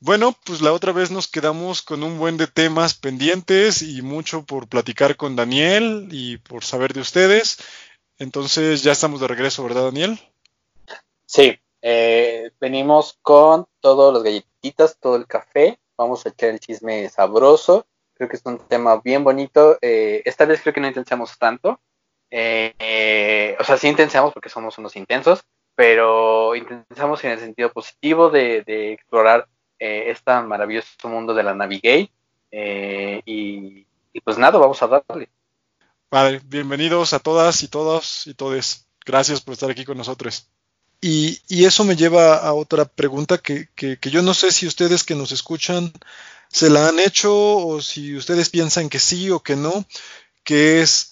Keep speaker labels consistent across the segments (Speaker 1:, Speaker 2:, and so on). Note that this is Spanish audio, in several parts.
Speaker 1: Bueno, pues la otra vez nos quedamos con un buen de temas pendientes y mucho por platicar con Daniel y por saber de ustedes. Entonces ya estamos de regreso, ¿verdad, Daniel?
Speaker 2: Sí, venimos con todas las galletitas, todo el café. Vamos a echar el chisme sabroso. Creo que es un tema bien bonito. Esta vez creo que no intentamos tanto. O sea, sí intentamos porque somos unos intensos, pero intentamos en el sentido positivo de explorar este maravilloso mundo de la Navigate. Y pues nada, vamos a darle.
Speaker 1: Vale, bienvenidos a todas y todos y todes. Gracias por estar aquí con nosotros. Y eso me lleva a otra pregunta que yo no sé si ustedes que nos escuchan se la han hecho o si ustedes piensan que sí o que no, que es,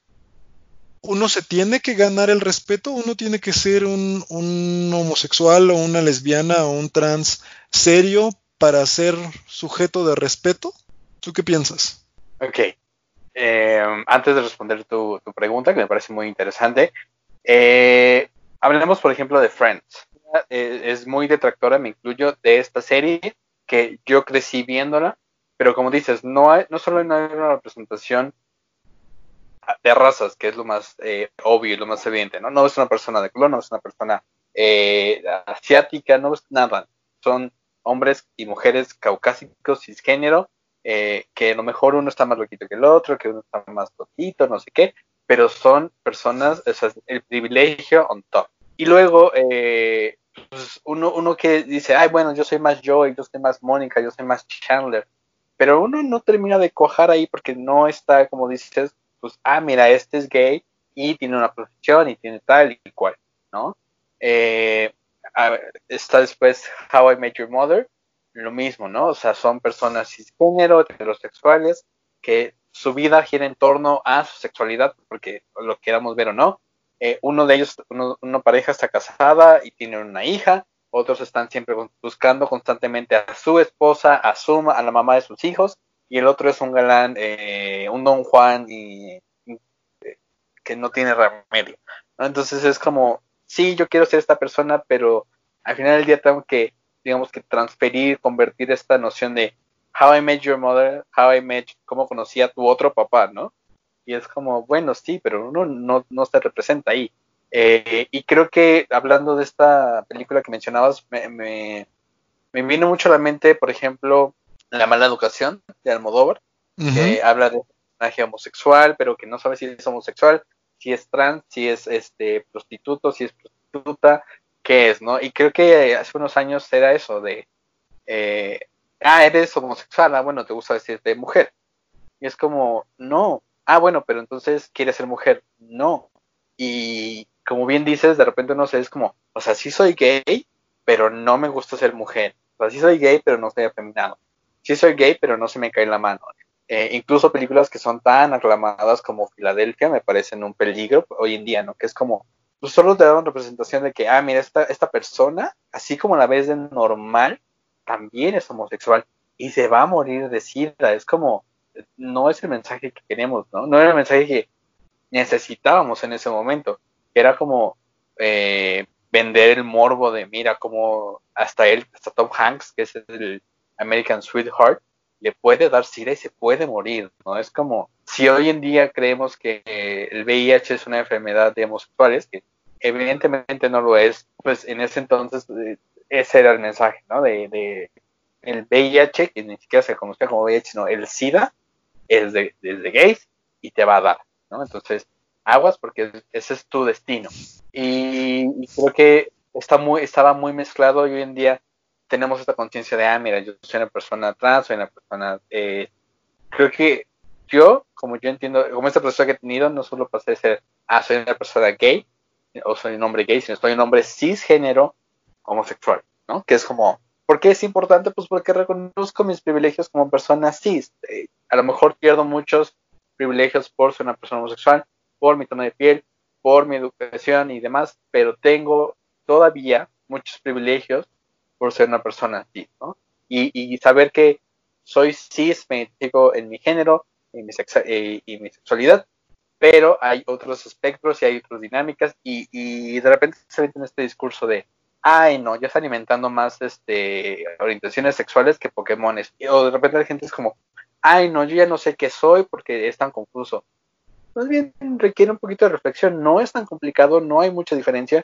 Speaker 1: ¿uno se tiene que ganar el respeto? ¿Uno tiene que ser un homosexual o una lesbiana o un trans serio para ser sujeto de respeto? ¿Tú qué piensas?
Speaker 2: Ok. Antes de responder tu pregunta, que me parece muy interesante, hablemos, por ejemplo, de Friends. Es muy detractora, me incluyo, de esta serie, que yo crecí viéndola, pero como dices, no solo no hay una representación de razas, que es lo más obvio y lo más evidente, ¿no? No es una persona de color, no es una persona asiática, no es nada. Son hombres y mujeres caucásicos, cisgénero, que a lo mejor uno está más loquito que el otro, que uno está más loquito, no sé qué, pero son personas, o sea, el privilegio on top. Y luego, pues uno que dice, ay, bueno, yo soy más Joey, yo soy más Mónica, yo soy más Chandler, pero uno no termina de cuajar ahí porque no está, como dices, pues, mira, este es gay y tiene una profesión y tiene tal y cual, ¿no? Eh, Está después How I Met Your Mother, lo mismo, ¿no? O sea, son personas cisgénero, heterosexuales, que su vida gira en torno a su sexualidad, porque lo queramos ver o no. Uno de ellos, una pareja está casada y tiene una hija, otros están siempre buscando constantemente a su esposa, a la mamá de sus hijos, y el otro es un galán, un Don Juan que no tiene remedio, ¿no? Entonces es como, sí, yo quiero ser esta persona, pero al final del día tengo que, digamos que transferir, convertir esta noción de How I Met Your Mother, How I Met, cómo conocí a tu otro papá, ¿no? Y es como, bueno, sí, pero uno no se representa ahí. Y creo que hablando de esta película que mencionabas, me vino mucho a la mente, por ejemplo, La mala educación de Almodóvar,
Speaker 1: Ujú.
Speaker 2: que habla de un personaje homosexual, pero que no sabe si es homosexual, si es trans, si es prostituto, si es prostituta, qué es, ¿no? Y creo que hace unos años era eso de, eh, eres homosexual, bueno, te gusta decirte mujer. Y es como, no, bueno, pero entonces quieres ser mujer, no. Y como bien dices, de repente uno se es como, o sea, sí soy gay, pero no me gusta ser mujer. O sea, sí soy gay, pero no estoy afeminado. Sí soy gay, pero no se me cae la mano. Incluso películas que son tan aclamadas como Filadelfia me parecen un peligro hoy en día, ¿no? Que es como, pues solo te dan representación de que, mira, esta persona, así como la ves de normal, también es homosexual y se va a morir de sida. Es como, no es el mensaje que queremos, ¿no? No era el mensaje que necesitábamos en ese momento. Era como vender el morbo de, mira, como hasta Tom Hanks, que es el American Sweetheart, le puede dar sida y se puede morir, ¿no? Es como, si hoy en día creemos que el VIH es una enfermedad de homosexuales, que evidentemente no lo es, pues en ese entonces ese era el mensaje, ¿no? De el VIH, que ni siquiera se conocía como VIH, sino el SIDA, es de gays y te va a dar, ¿no? Entonces, aguas porque ese es tu destino. Y creo que estaba muy mezclado y hoy en día tenemos esta conciencia de, mira, yo soy una persona trans, soy una persona, creo que como yo entiendo, como esta persona que he tenido, no solo pasé de ser, soy una persona gay, o soy un hombre gay, sino soy un hombre cisgénero homosexual, ¿no? Que es como, ¿por qué es importante? Pues porque reconozco mis privilegios como persona cis. A lo mejor pierdo muchos privilegios por ser una persona homosexual, por mi tono de piel, por mi educación y demás, pero tengo todavía muchos privilegios por ser una persona cis, ¿no? Y saber que soy cis, me identifico en mi género y mi sexualidad, pero hay otros espectros y hay otras dinámicas y de repente se mete en este discurso de, ay no, ya está alimentando más orientaciones sexuales que Pokémones. O de repente la gente es como, ay no, yo ya no sé qué soy porque es tan confuso. Más bien requiere un poquito de reflexión, no es tan complicado, no hay mucha diferencia.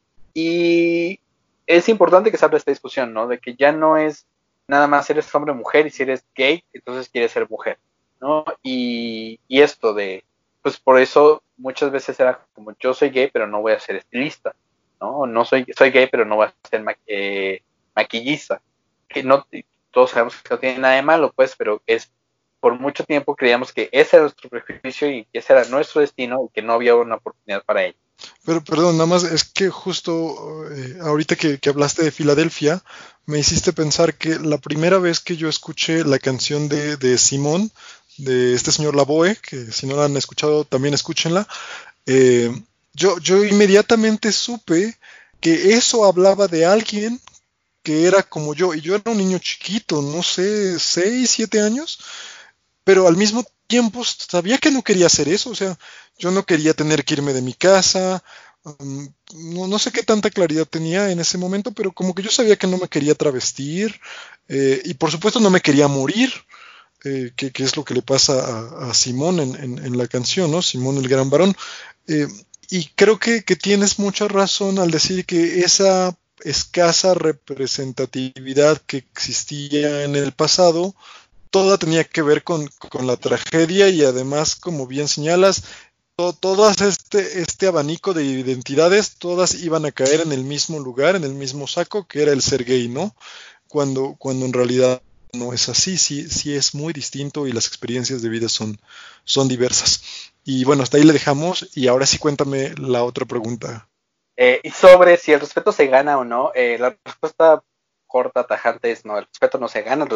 Speaker 2: Y es importante que se abra esta discusión, ¿no? De que ya no es nada más eres hombre o mujer y si eres gay, entonces quieres ser mujer, ¿no? Y esto de, pues por eso muchas veces era como yo soy gay pero no voy a ser estilista, ¿no? No soy gay pero no voy a ser maquillista. Que no, todos sabemos que no tiene nada de malo, pues, pero es por mucho tiempo creíamos que ese era nuestro prejuicio y que ese era nuestro destino y que no había una oportunidad para ello.
Speaker 1: Pero perdón, nada más es que justo ahorita que hablaste de Filadelfia, me hiciste pensar que la primera vez que yo escuché la canción de Simón, de este señor Lavoe, que si no la han escuchado, también escúchenla, eh, yo inmediatamente supe que eso hablaba de alguien que era como yo, y yo era un niño chiquito, no sé, 6 7 años, pero al mismo tiempo sabía que no quería hacer eso, o sea, yo no quería tener que irme de mi casa, no sé qué tanta claridad tenía en ese momento, pero como que yo sabía que no me quería travestir, y por supuesto no me quería morir, que es lo que le pasa a Simón en la canción, ¿no? Simón el gran varón. Eh, y creo que tienes mucha razón al decir que esa escasa representatividad que existía en el pasado, toda tenía que ver con la tragedia y además, como bien señalas, todas este abanico de identidades, todas iban a caer en el mismo lugar, en el mismo saco, que era el ser gay, ¿no? Cuando en realidad no es así, sí, sí es muy distinto y las experiencias de vida son diversas. Y bueno, hasta ahí le dejamos y ahora sí cuéntame la otra pregunta.
Speaker 2: Y sobre si el respeto se gana o no, la respuesta corta, tajante es no, el respeto no se gana,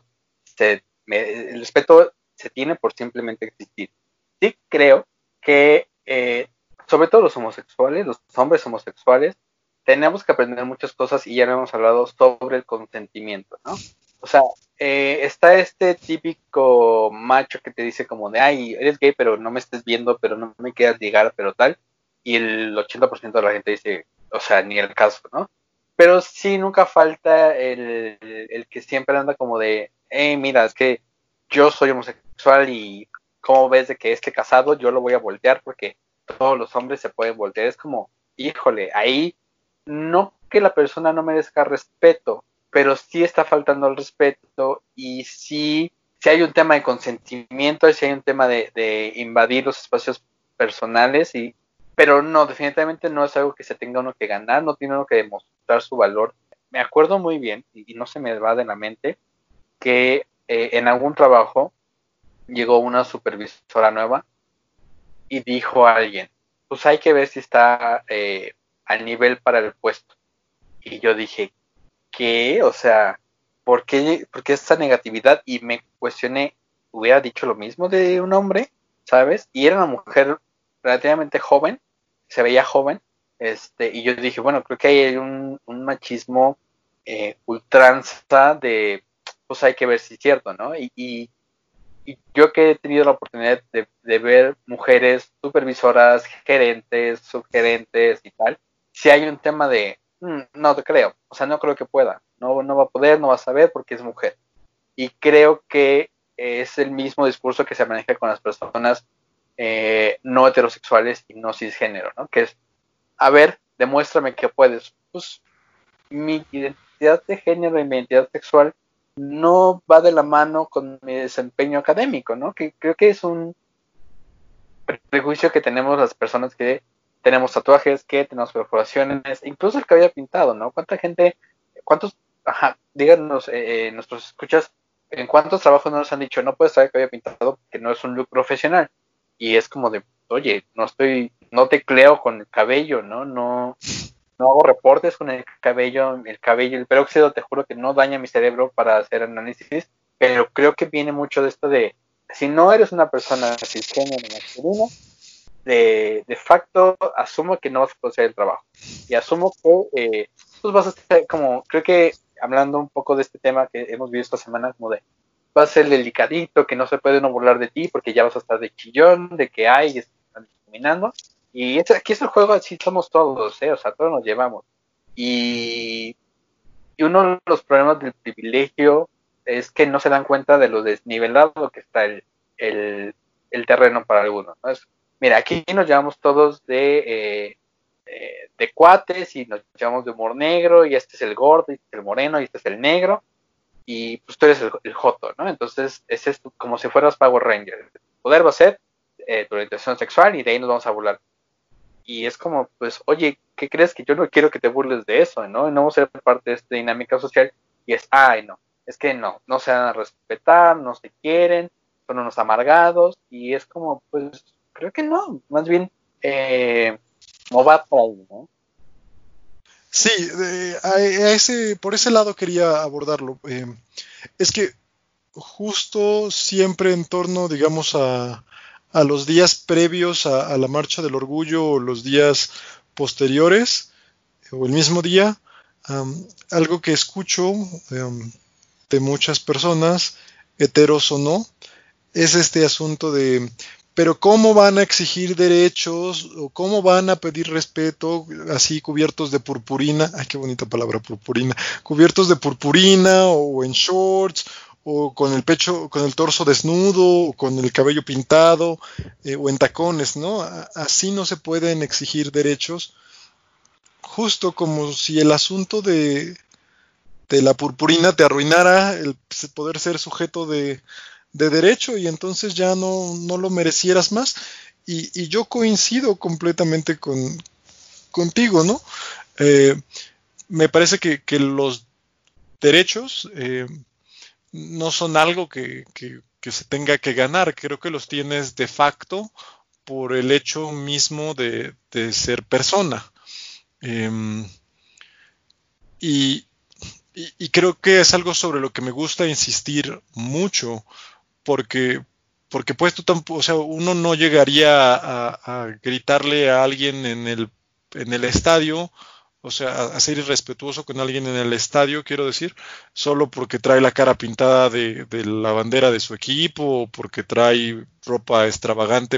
Speaker 2: el respeto se tiene por simplemente existir. Sí creo que, sobre todo los homosexuales, los hombres homosexuales, tenemos que aprender muchas cosas y ya lo hemos hablado sobre el consentimiento, ¿no? O sea, está este típico macho que te dice como de, ay, eres gay, pero no me estés viendo, pero no me quieras ligar, pero tal, y el 80% de la gente dice, o sea, ni el caso, ¿no? Pero sí, nunca falta el que siempre anda como de, hey, mira, es que yo soy homosexual y cómo ves de que esté casado, yo lo voy a voltear porque todos los hombres se pueden voltear. Es como, híjole, ahí no que la persona no merezca respeto, pero sí está faltando el respeto y sí, si hay un tema de consentimiento, si hay un tema de invadir los espacios personales y pero no, definitivamente no es algo que se tenga uno que ganar, no tiene uno que demostrar su valor. Me acuerdo muy bien, y no se me va de la mente, que en algún trabajo llegó una supervisora nueva y dijo a alguien, pues hay que ver si está al nivel para el puesto. Y yo dije, ¿qué? O sea, ¿por qué esta negatividad? Y me cuestioné, ¿hubiera dicho lo mismo de un hombre? ¿Sabes? Y era una mujer relativamente joven, se veía joven, y yo dije, bueno, creo que hay un machismo ultranza de, pues hay que ver si es cierto, ¿no? Y yo que he tenido la oportunidad de ver mujeres supervisoras, gerentes, subgerentes y tal, si hay un tema de, no te creo, o sea, no creo que pueda, no va a poder, no va a saber porque es mujer. Y creo que es el mismo discurso que se maneja con las personas no heterosexuales y no cisgénero, ¿no? Que es, a ver, demuéstrame que puedes. Pues mi identidad de género y mi identidad sexual no va de la mano con mi desempeño académico, ¿no? Que creo que es un prejuicio que tenemos las personas que tenemos tatuajes, que tenemos perforaciones, incluso el cabello pintado, ¿no? ¿Cuánta gente, cuántos, ajá, díganos, nuestros escuchas, en cuántos trabajos nos han dicho, no puedes traer cabello pintado porque no es un look profesional? Y es como de, oye, no tecleo con el cabello, ¿no? No hago reportes con el peróxido, te juro que no daña mi cerebro para hacer análisis, pero creo que viene mucho de esto de, si no eres una persona cisgénero masculina, de facto asumo que no vas a poder hacer el trabajo. Y asumo que pues vas a estar como, creo que hablando un poco de este tema que hemos visto esta semana, como de, vas a ser delicadito, que no se puede uno burlar de ti porque ya vas a estar de chillón, de que hay, están discriminando. Y aquí es el juego, así somos todos, o sea, todos nos llevamos. Y, y uno de los problemas del privilegio es que no se dan cuenta de lo desnivelado que está el terreno para algunos, ¿no? Mira, aquí nos llamamos todos de cuates y nos llamamos de humor negro y este es el gordo y este es el moreno y este es el negro y pues tú eres el joto, ¿no? Entonces es como si fueras Power Ranger. El poder va a ser tu orientación sexual y de ahí nos vamos a burlar. Y es como, pues, oye, ¿qué crees? Que yo no quiero que te burles de eso, ¿no? No vamos a ser parte de esta dinámica social. Y es, ay, no, es que no se van a respetar, no se quieren, son unos amargados. Y es como, pues, creo que no, más bien, no va por ahí, ¿no?
Speaker 1: Sí, por ese lado quería abordarlo. Es que justo siempre en torno, digamos, a los días previos a la Marcha del Orgullo o los días posteriores o el mismo día, algo que escucho de muchas personas, heteros o no, es este asunto de, pero ¿cómo van a exigir derechos o cómo van a pedir respeto así cubiertos de purpurina? Ay, qué bonita palabra, purpurina. Cubiertos de purpurina o en shorts o con el pecho, con el torso desnudo o con el cabello pintado o en tacones, ¿no? Así no se pueden exigir derechos, justo como si el asunto de la purpurina te arruinara el poder ser sujeto de derecho y entonces ya no lo merecieras más. Y yo coincido completamente contigo, ¿no? Eh, Me parece que los derechos no son algo que se tenga que ganar, creo que los tienes de facto por el hecho mismo de ser persona. Eh, y, y creo que es algo sobre lo que me gusta insistir mucho, porque, porque pues tú tampoco, o sea, uno no llegaría a gritarle a alguien en el estadio, o sea, a ser irrespetuoso con alguien en el estadio, quiero decir, solo porque trae la cara pintada de la bandera de su equipo, o porque trae ropa extravagante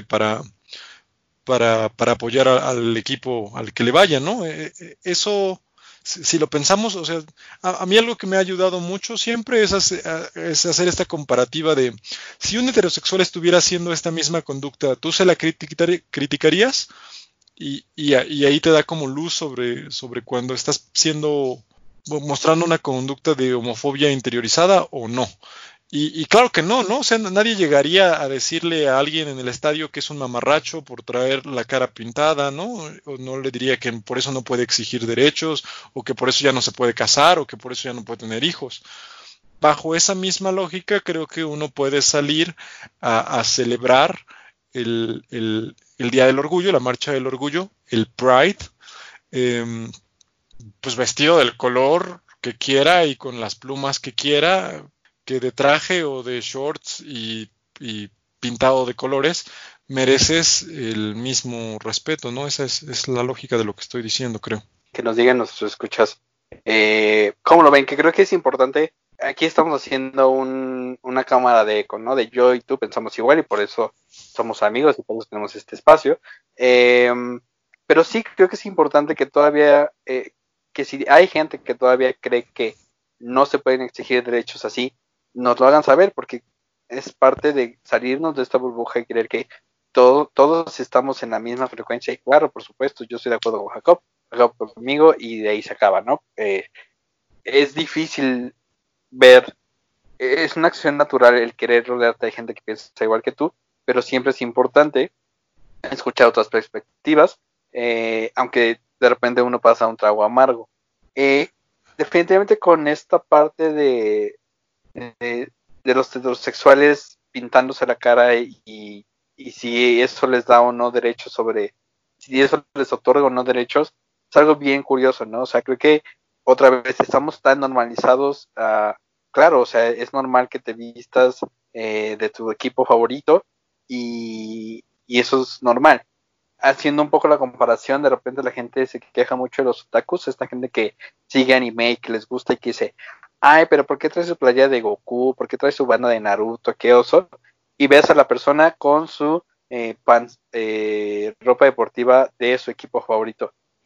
Speaker 1: para apoyar al equipo al que le vaya, ¿no? Eso, si lo pensamos, o sea, a mí algo que me ha ayudado mucho siempre es hacer esta comparativa de si un heterosexual estuviera haciendo esta misma conducta, ¿tú se la criticarías? Y ahí te da como luz sobre cuando estás mostrando una conducta de homofobia interiorizada o no. Y claro que no, ¿no? O sea, nadie llegaría a decirle a alguien en el estadio que es un mamarracho por traer la cara pintada, ¿no? O no le diría que por eso no puede exigir derechos, o que por eso ya no se puede casar, o que por eso ya no puede tener hijos. Bajo esa misma lógica, creo que uno puede salir a celebrar el Día del Orgullo, la Marcha del Orgullo, el Pride, eh, pues vestido del color que quiera y con las plumas que quiera, que de traje o de shorts y pintado de colores, mereces el mismo respeto, ¿no? Esa es la lógica de lo que estoy diciendo, creo.
Speaker 2: Que nos digan nuestros escuchas cómo lo ven, que creo que es importante. Aquí estamos haciendo una cámara de eco, ¿no? De yo y tú pensamos igual y por eso somos amigos y por eso tenemos este espacio. Pero sí creo que es importante que todavía, que si hay gente que todavía cree que no se pueden exigir derechos así, nos lo hagan saber porque es parte de salirnos de esta burbuja y creer que todos estamos en la misma frecuencia. Y claro, por supuesto, yo estoy de acuerdo con Jacob conmigo y de ahí se acaba, ¿no? Es difícil ver, es una acción natural el querer rodearte de gente que piensa igual que tú, pero siempre es importante escuchar otras perspectivas, aunque de repente uno pasa un trago amargo. Eh, Definitivamente con esta parte de los heterosexuales pintándose la cara y si eso les da o no derechos sobre, si eso les otorga o no derechos, es algo bien curioso, ¿no? O sea, creo que otra vez estamos tan normalizados, claro, o sea, es normal que te vistas de tu equipo favorito y eso es normal. Haciendo un poco la comparación, de repente la gente se queja mucho de los otakus, esta gente que sigue anime y que les gusta y que dice, ay, pero ¿por qué trae su playa de Goku? ¿Por qué trae su banda de Naruto? ¿Qué oso? Y ves a la persona con su ropa deportiva de su equipo favorito.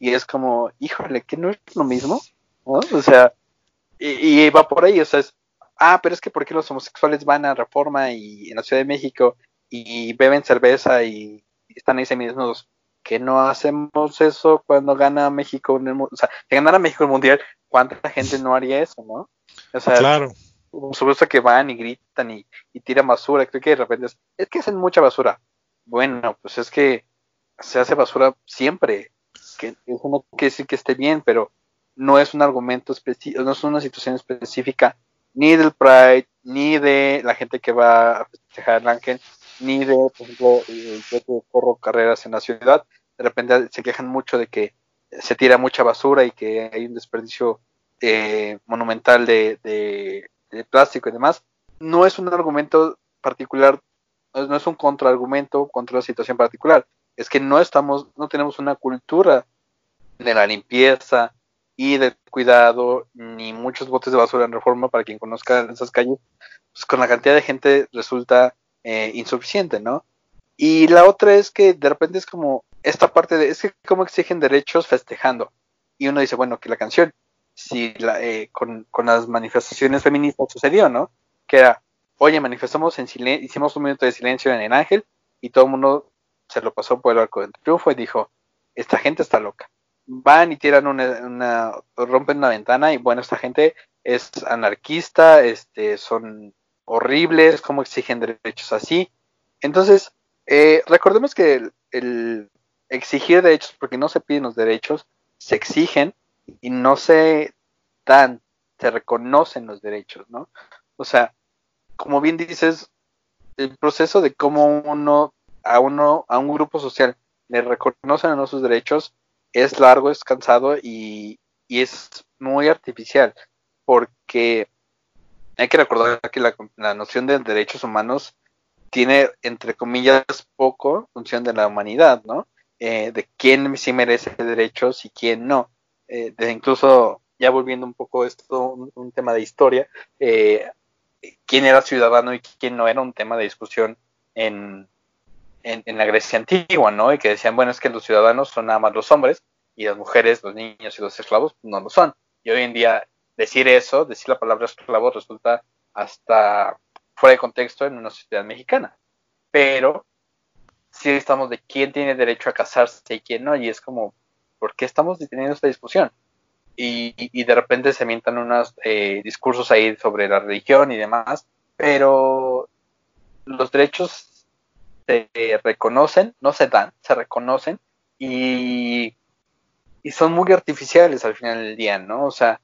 Speaker 2: y es como, híjole, que no es lo mismo, ¿no? O sea, y va por ahí, o sea, pero es que ¿por qué los homosexuales van a Reforma y en la Ciudad de México y beben cerveza y están ahí semidenudos? Que no hacemos eso cuando gana México o sea, si ganara México el Mundial, ¿cuánta gente no haría eso, no? O sea,
Speaker 1: Claro.
Speaker 2: por supuesto que van y gritan y tiran basura, creo que de repente es que hacen mucha basura. Bueno, pues es que se hace basura siempre, que eso no quiere decir que esté bien, pero no es un argumento específico, no es una situación específica ni del Pride, ni de la gente que va a festejar el ángel, ni de, por ejemplo, yo que corro carreras en la ciudad, de repente se quejan mucho de que se tira mucha basura y que hay un desperdicio monumental de plástico y demás. No es un argumento particular, no es un contraargumento contra la situación particular, es que no tenemos una cultura de la limpieza y del cuidado, ni muchos botes de basura en Reforma. Para quien conozca esas calles, pues con la cantidad de gente resulta insuficiente, ¿no? Y la otra es que de repente es como esta parte de, es que cómo exigen derechos festejando. Y uno dice, bueno, que la canción, si con las manifestaciones feministas sucedió, ¿no? Que era, oye, manifestamos en silencio, hicimos un minuto de silencio en el Ángel y todo el mundo se lo pasó por el arco del triunfo y dijo, esta gente está loca. Van y tiran rompen una ventana y bueno, esta gente es anarquista, son horribles, cómo exigen derechos así. Entonces, recordemos que el exigir derechos, porque no se piden los derechos, se exigen y no se dan, se reconocen los derechos, ¿no? O sea, como bien dices, el proceso de cómo a un grupo social le reconocen o no sus derechos es largo, es cansado y es muy artificial, porque hay que recordar que la noción de derechos humanos tiene, entre comillas, poco función de la humanidad, ¿no? De quién sí merece derechos y quién no. Incluso, ya volviendo un poco esto, un tema de historia, quién era ciudadano y quién no era un tema de discusión en, en la Grecia antigua, ¿no? Y que decían, bueno, es que los ciudadanos son nada más los hombres y las mujeres, los niños y los esclavos no lo son. Y hoy en día decir eso, decir la palabra esclavo resulta hasta fuera de contexto en una sociedad mexicana. Pero sí estamos de quién tiene derecho a casarse y quién no, y es como, ¿por qué estamos teniendo esta discusión? Y de repente se mientan unos discursos ahí sobre la religión y demás, pero los derechos se reconocen, no se dan, se reconocen y, y son muy artificiales al final del día, ¿no? O sea,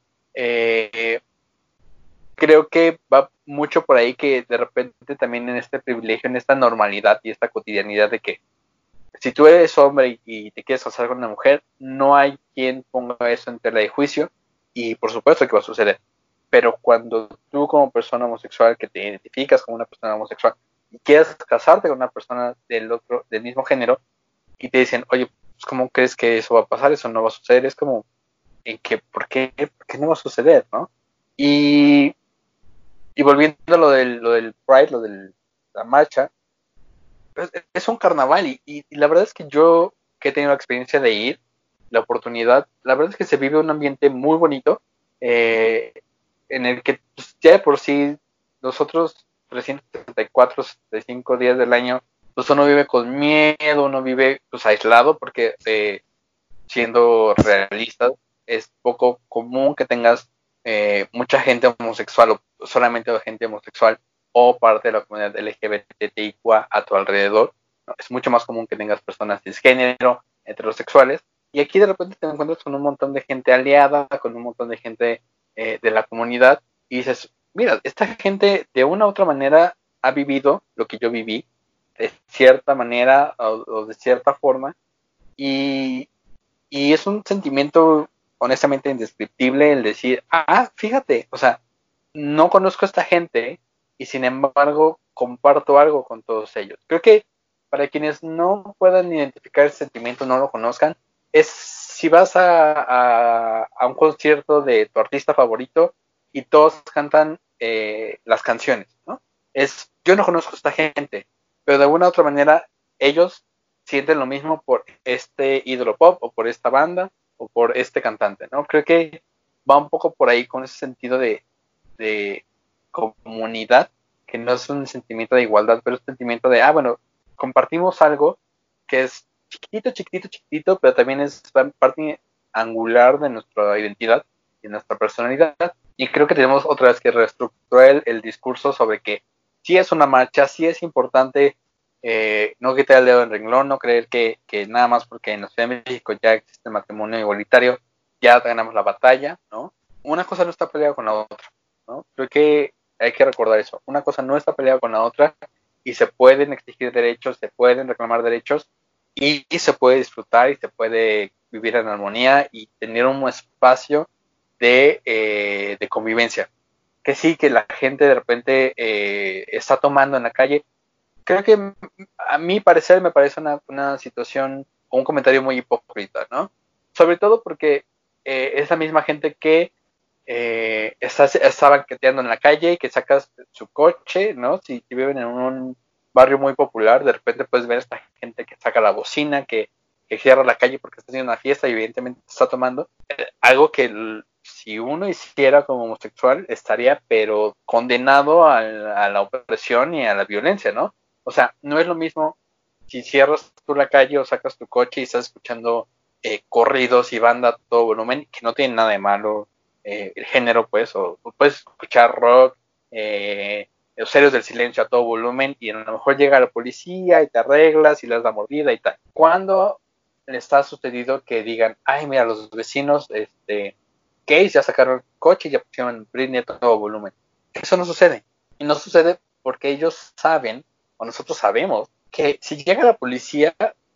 Speaker 2: creo que va mucho por ahí que de repente también en este privilegio, en esta normalidad y esta cotidianidad de que si tú eres hombre y te quieres casar con una mujer, no hay quien ponga eso en tela de juicio y por supuesto que va a suceder. Pero cuando tú como persona homosexual que te identificas como una persona homosexual y quieres casarte con una persona del mismo género y te dicen, oye, pues ¿cómo crees que eso va a pasar? Eso no va a suceder. Es como, ¿en qué? ¿Por qué no va a suceder? ¿No? Y, y volviendo a lo del Pride, la marcha, es un carnaval y la verdad es que yo que he tenido la experiencia de ir, la oportunidad, la verdad es que se vive un ambiente muy bonito eh, en el que pues, ya de por sí nosotros 364, 65 días del año, pues uno vive con miedo, uno vive pues aislado porque siendo realistas es poco común que tengas mucha gente homosexual o solamente gente homosexual o parte de la comunidad LGBTIQA a tu alrededor. ¿No? Es mucho más común que tengas personas cisgénero, heterosexuales, y aquí de repente te encuentras con un montón de gente aliada, con un montón de gente de la comunidad, y dices, mira, esta gente de una u otra manera ha vivido lo que yo viví, de cierta manera o de cierta forma, y, y es un sentimiento honestamente indescriptible el decir, fíjate, o sea, no conozco a esta gente y sin embargo comparto algo con todos ellos. Creo que para quienes no puedan identificar ese sentimiento, no lo conozcan, es si vas a un concierto de tu artista favorito y todos cantan las canciones, ¿no? Yo no conozco a esta gente, pero de alguna u otra manera ellos sienten lo mismo por este ídolo pop o por esta banda o por este cantante, ¿no? Creo que va un poco por ahí con ese sentido de comunidad, que no es un sentimiento de igualdad, pero es un sentimiento de, bueno, compartimos algo que es chiquitito, chiquitito, chiquitito, pero también es parte angular de nuestra identidad y nuestra personalidad. Y creo que tenemos otra vez que reestructurar el discurso sobre que sí es una marcha, sí es importante no quitar el dedo del renglón, no creer que nada más porque en la Ciudad de México ya existe el matrimonio igualitario, ya ganamos la batalla, ¿no? Una cosa no está peleada con la otra, ¿no? Creo que hay que recordar eso. Una cosa no está peleada con la otra y se pueden exigir derechos, se pueden reclamar derechos y se puede disfrutar y se puede vivir en armonía y tener un espacio de convivencia. Que sí, que la gente de repente está tomando en la calle. Creo que a mi parecer me parece una situación o un comentario muy hipócrita, ¿no? Sobre todo porque es la misma gente que está banqueteando en la calle y que sacas su coche, ¿no? Si viven en un barrio muy popular, de repente puedes ver a esta gente que saca la bocina, que cierra la calle porque está haciendo una fiesta y evidentemente está tomando. Algo que si uno hiciera como homosexual estaría pero condenado a la opresión y a la violencia, ¿no? O sea, no es lo mismo si cierras tú la calle o sacas tu coche y estás escuchando corridos y banda a todo volumen, que no tiene nada de malo el género, pues, o puedes escuchar rock, los héroes del silencio a todo volumen y a lo mejor llega la policía y te arreglas y le das la mordida y tal. ¿Cuándo les ha sucedido que digan, ay, mira, los vecinos gays ya sacaron el coche y ya pusieron Britney a todo volumen? Eso no sucede. Y no sucede porque ellos saben, o nosotros sabemos, que si llega la policía,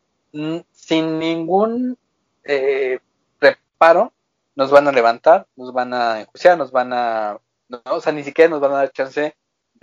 Speaker 2: sin ningún reparo, nos van a levantar, nos van a enjuiciar, no, o sea, ni siquiera nos van a dar chance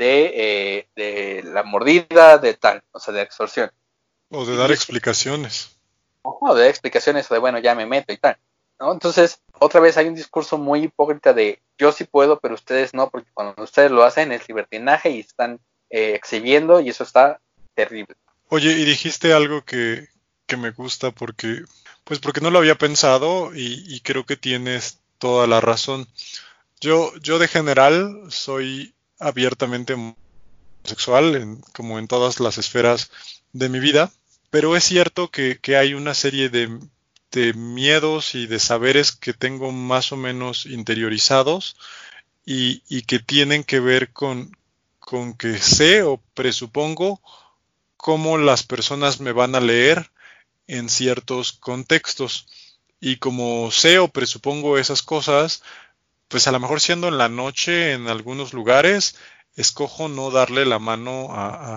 Speaker 2: de la mordida, de tal, o sea, de extorsión.
Speaker 1: O de dar explicaciones.
Speaker 2: O de explicaciones, o de, bueno, ya me meto y tal, ¿no? Entonces, otra vez hay un discurso muy hipócrita de, yo sí puedo, pero ustedes no, porque cuando ustedes lo hacen es libertinaje y están exhibiendo y eso está terrible.
Speaker 1: Oye, y dijiste algo que me gusta porque no lo había pensado y creo que tienes toda la razón. Yo de general soy abiertamente homosexual, como en todas las esferas de mi vida, pero es cierto que hay una serie de miedos y de saberes que tengo más o menos interiorizados y que tienen que ver con que sé o presupongo cómo las personas me van a leer en ciertos contextos. Y como sé o presupongo esas cosas, pues a lo mejor siendo en la noche en algunos lugares, escojo no darle la mano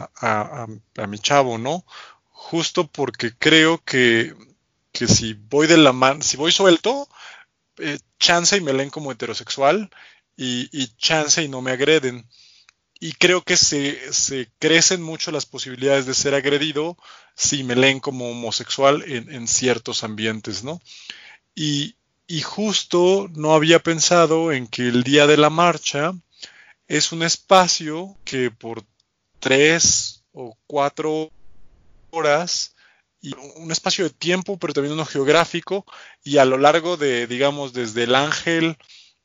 Speaker 1: a mi chavo, ¿no? Justo porque creo que si voy de la mano, si voy suelto, chance y me leen como heterosexual y chance y no me agreden. Y creo que se crecen mucho las posibilidades de ser agredido si me leen como homosexual en ciertos ambientes, ¿no? Y, y justo no había pensado en que el día de la marcha es un espacio que por 3 o 4 horas, y un espacio de tiempo, pero también uno geográfico, y a lo largo de, digamos, desde el Ángel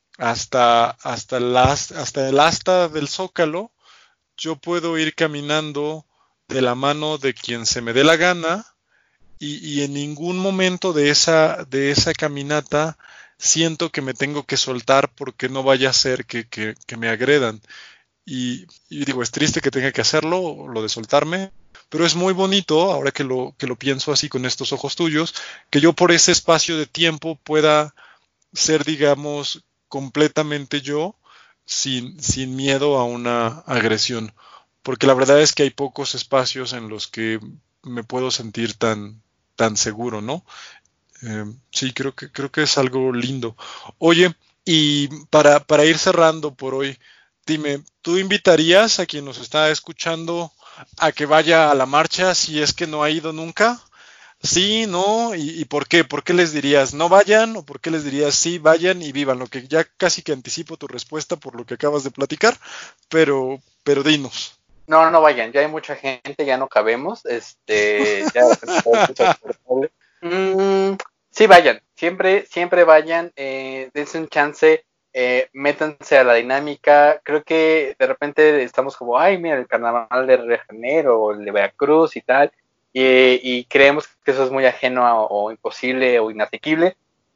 Speaker 1: hasta el asta del Zócalo, yo puedo ir caminando de la mano de quien se me dé la gana y en ningún momento de esa caminata siento que me tengo que soltar porque no vaya a ser que me agredan. Y digo, es triste que tenga que hacerlo, lo de soltarme, pero es muy bonito, ahora que lo pienso así con estos ojos tuyos, que yo por ese espacio de tiempo pueda ser, digamos, completamente yo, sin miedo a una agresión. Porque la verdad es que hay pocos espacios en los que me puedo sentir tan seguro, ¿no? Sí, creo que es algo lindo. Oye, y para ir cerrando por hoy, dime, ¿tú invitarías a quien nos está escuchando a que vaya a la marcha si es que no ha ido nunca? Sí, no, y ¿por qué? ¿Por qué les dirías no vayan o por qué les dirías sí, vayan y vivan? Lo que ya casi que anticipo tu respuesta por lo que acabas de platicar, pero dinos.
Speaker 2: No, no vayan, ya hay mucha gente, ya no cabemos, ya mm, sí vayan, siempre vayan, dense un chance, métanse a la dinámica. Creo que de repente estamos como, ay, mira, el carnaval de Río de Janeiro o el de Veracruz y tal, y creemos que eso es muy ajeno o imposible o inasequible.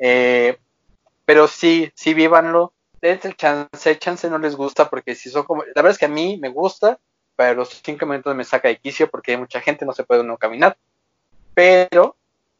Speaker 2: Pero sí vívanlo, dense el chance no les gusta, porque si son como, la verdad es que a mí me gusta, pero los 5 minutos me saca de quicio porque hay mucha gente, no se puede uno caminar, pero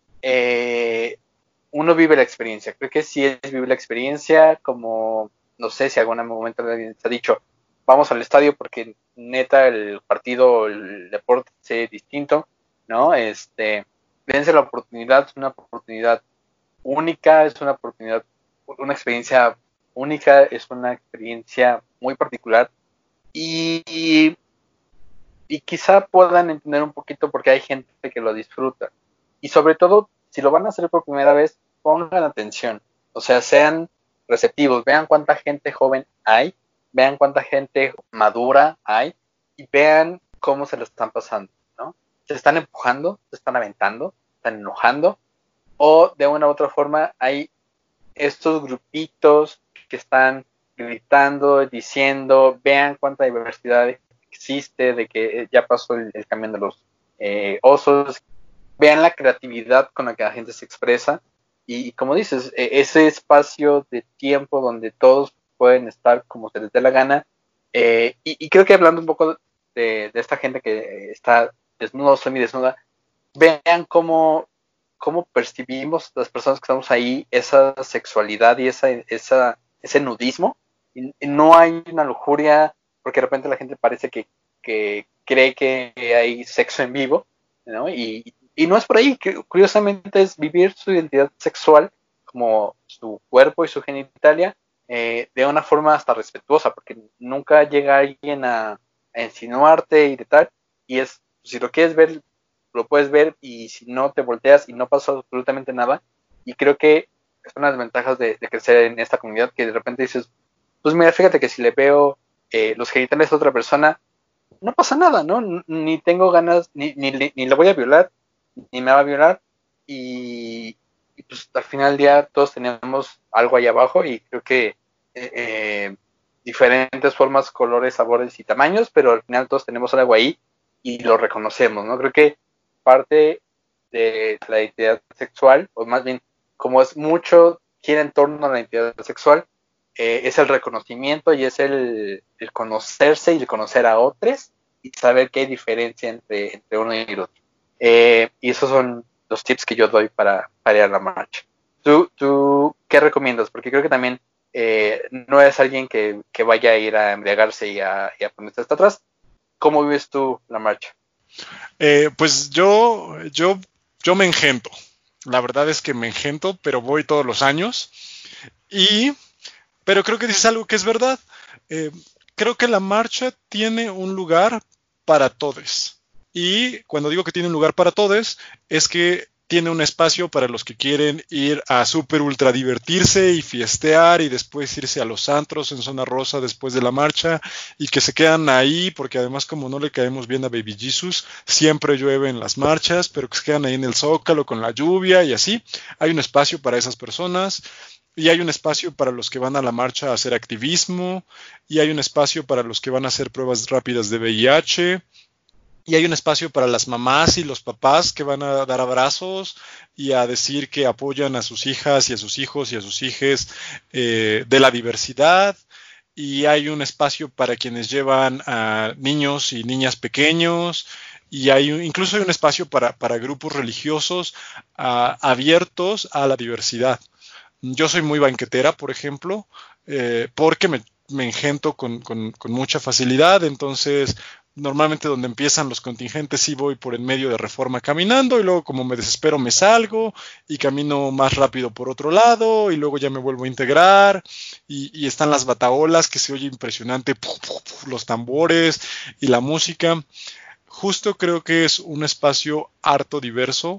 Speaker 2: eh, uno vive la experiencia. Creo que sí es vivir la experiencia, como, no sé si algún momento alguien te ha dicho, vamos al estadio porque neta el partido, el deporte es distinto, ¿no? Dense la oportunidad, es una oportunidad única, es una oportunidad, una experiencia única, es una experiencia muy particular y, y quizá puedan entender un poquito porque hay gente que lo disfruta. Y sobre todo, si lo van a hacer por primera vez, pongan atención. O sea, sean receptivos, vean cuánta gente joven hay, vean cuánta gente madura hay y vean cómo se lo están pasando, ¿no? Se están empujando, se están aventando, se están enojando, o de una u otra forma hay estos grupitos que están gritando, diciendo, vean cuánta diversidad existe, de que ya pasó el camión de los osos, vean la creatividad con la que la gente se expresa y como dices, ese espacio de tiempo donde todos pueden estar como se les dé la gana. Y creo que hablando un poco de esta gente que está desnudo, semidesnuda, vean cómo percibimos las personas que estamos ahí esa sexualidad y ese nudismo. Y no hay una lujuria, porque de repente la gente parece que cree que hay sexo en vivo, ¿no? Y no es por ahí, que curiosamente es vivir su identidad sexual como su cuerpo y su genitalia de una forma hasta respetuosa, porque nunca llega alguien a insinuarte y de tal, y es, si lo quieres ver, lo puedes ver y si no te volteas y no pasa absolutamente nada. Y creo que es una de las ventajas de crecer en esta comunidad, que de repente dices, pues mira, fíjate que si le veo los genitales a otra persona, no pasa nada, ¿no? Ni tengo ganas, ni la voy a violar, ni me va a violar. Y pues al final del día todos tenemos algo ahí abajo y creo que diferentes formas, colores, sabores y tamaños, pero al final todos tenemos algo ahí y lo reconocemos, ¿no? Creo que parte de la identidad sexual, o más bien, como es mucho, gira en torno a la identidad sexual, es el reconocimiento y es el conocerse y el conocer a otros y saber que hay diferencia entre uno y el otro. Y esos son los tips que yo doy para ir a la marcha. ¿Tú qué recomiendas? Porque creo que también no eres alguien que vaya a ir a embriagarse y a ponerse hasta atrás. ¿Cómo vives tú la marcha?
Speaker 1: Pues yo me engento. La verdad es que me engento, pero voy todos los años. Y, pero creo que dices algo que es verdad. Eh, Creo que la marcha tiene un lugar para todos. Y cuando digo que tiene un lugar para todos, es que tiene un espacio para los que quieren ir a super ultra divertirse y fiestear y después irse a los antros en zona rosa después de la marcha y que se quedan ahí porque además como no le caemos bien a Baby Jesus, siempre llueve en las marchas, pero que se quedan ahí en el zócalo con la lluvia y así. Hay un espacio para esas personas. Y hay un espacio para los que van a la marcha a hacer activismo, y hay un espacio para los que van a hacer pruebas rápidas de VIH, y hay un espacio para las mamás y los papás que van a dar abrazos y a decir que apoyan a sus hijas y a sus hijos y a sus hijes de la diversidad. Y hay un espacio para quienes llevan a niños y niñas pequeños. Y incluso hay un espacio para grupos religiosos abiertos a la diversidad. Yo soy muy banquetera, por ejemplo, porque me engento con mucha facilidad, entonces normalmente donde empiezan los contingentes sí voy por en medio de Reforma caminando y luego como me desespero me salgo y camino más rápido por otro lado y luego ya me vuelvo a integrar y están las bataolas que se oye impresionante, puf, puf, puf, los tambores y la música. Justo creo que es un espacio harto diverso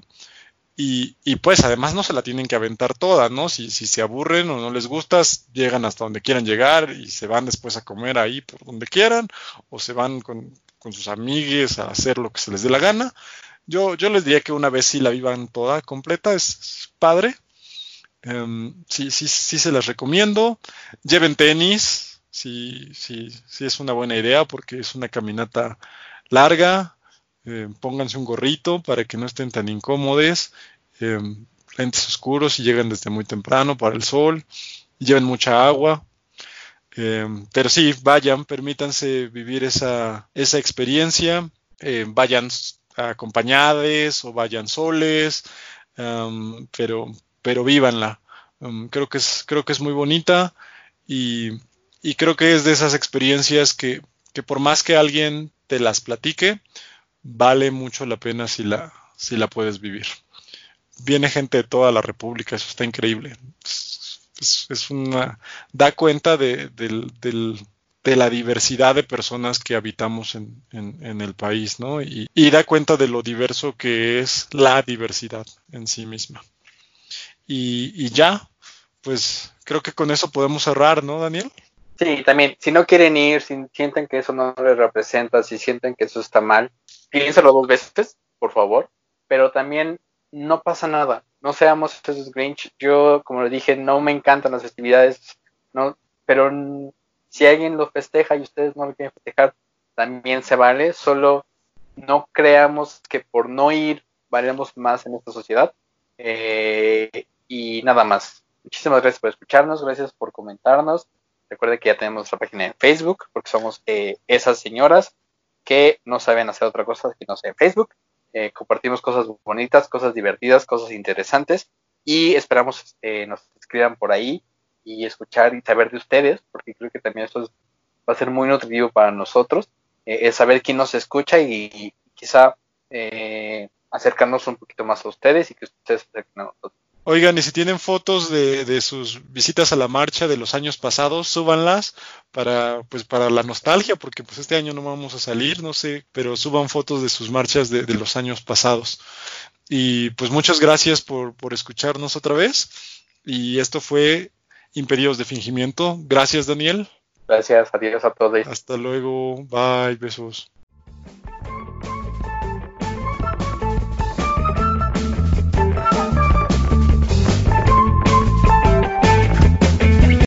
Speaker 1: y pues además no se la tienen que aventar toda, ¿no? Si se aburren o no les gustas, llegan hasta donde quieran llegar y se van después a comer ahí por donde quieran o se van con sus amigues a hacer lo que se les dé la gana. Yo les diría que una vez sí la vivan toda completa, es padre. Sí, sí, sí se las recomiendo. Lleven tenis, sí, sí, sí es una buena idea porque es una caminata larga. Pónganse un gorrito para que no estén tan incómodos. Eh, Lentes oscuros y llegan desde muy temprano para el sol. Lleven mucha agua. Pero sí, vayan, permítanse vivir esa experiencia. Vayan acompañados o vayan soles, pero, vívanla. Creo que es muy bonita y, y creo que es de esas experiencias que por más que alguien te las platique, vale mucho la pena si la puedes vivir. Viene gente de toda la República, eso está increíble. Es una, da cuenta de la diversidad de personas que habitamos en el país, ¿no? Y da cuenta de lo diverso que es la diversidad en sí misma. Y ya, pues creo que con eso podemos cerrar, ¿no, Daniel?
Speaker 2: Sí, también, si no quieren ir, si sienten que eso no les representa, si sienten que eso está mal, piénsalo 2 veces, por favor, pero también no pasa nada, no seamos esos Grinch. Yo, como le dije, no me encantan las festividades, no, pero si alguien lo festeja y ustedes no lo quieren festejar, también se vale, solo no creamos que por no ir valemos más en esta sociedad. Y nada más. Muchísimas gracias por escucharnos, gracias por comentarnos. Recuerde que ya tenemos nuestra página en Facebook, porque somos esas señoras que no saben hacer otra cosa que no sea en Facebook. Compartimos cosas bonitas, cosas divertidas, cosas interesantes y esperamos nos escriban por ahí y escuchar y saber de ustedes, porque creo que también esto va a ser muy nutritivo para nosotros, es saber quién nos escucha y quizá acercarnos un poquito más a ustedes y que ustedes se acerquen a nosotros.
Speaker 1: Oigan, y si tienen fotos de sus visitas a la marcha de los años pasados, súbanlas para la nostalgia, porque pues este año no vamos a salir, no sé, pero suban fotos de sus marchas de los años pasados. Y pues muchas gracias por escucharnos otra vez. Y esto fue Impedidos de Fingimiento. Gracias, Daniel.
Speaker 2: Gracias, adiós a todos.
Speaker 1: Hasta luego. Bye, besos.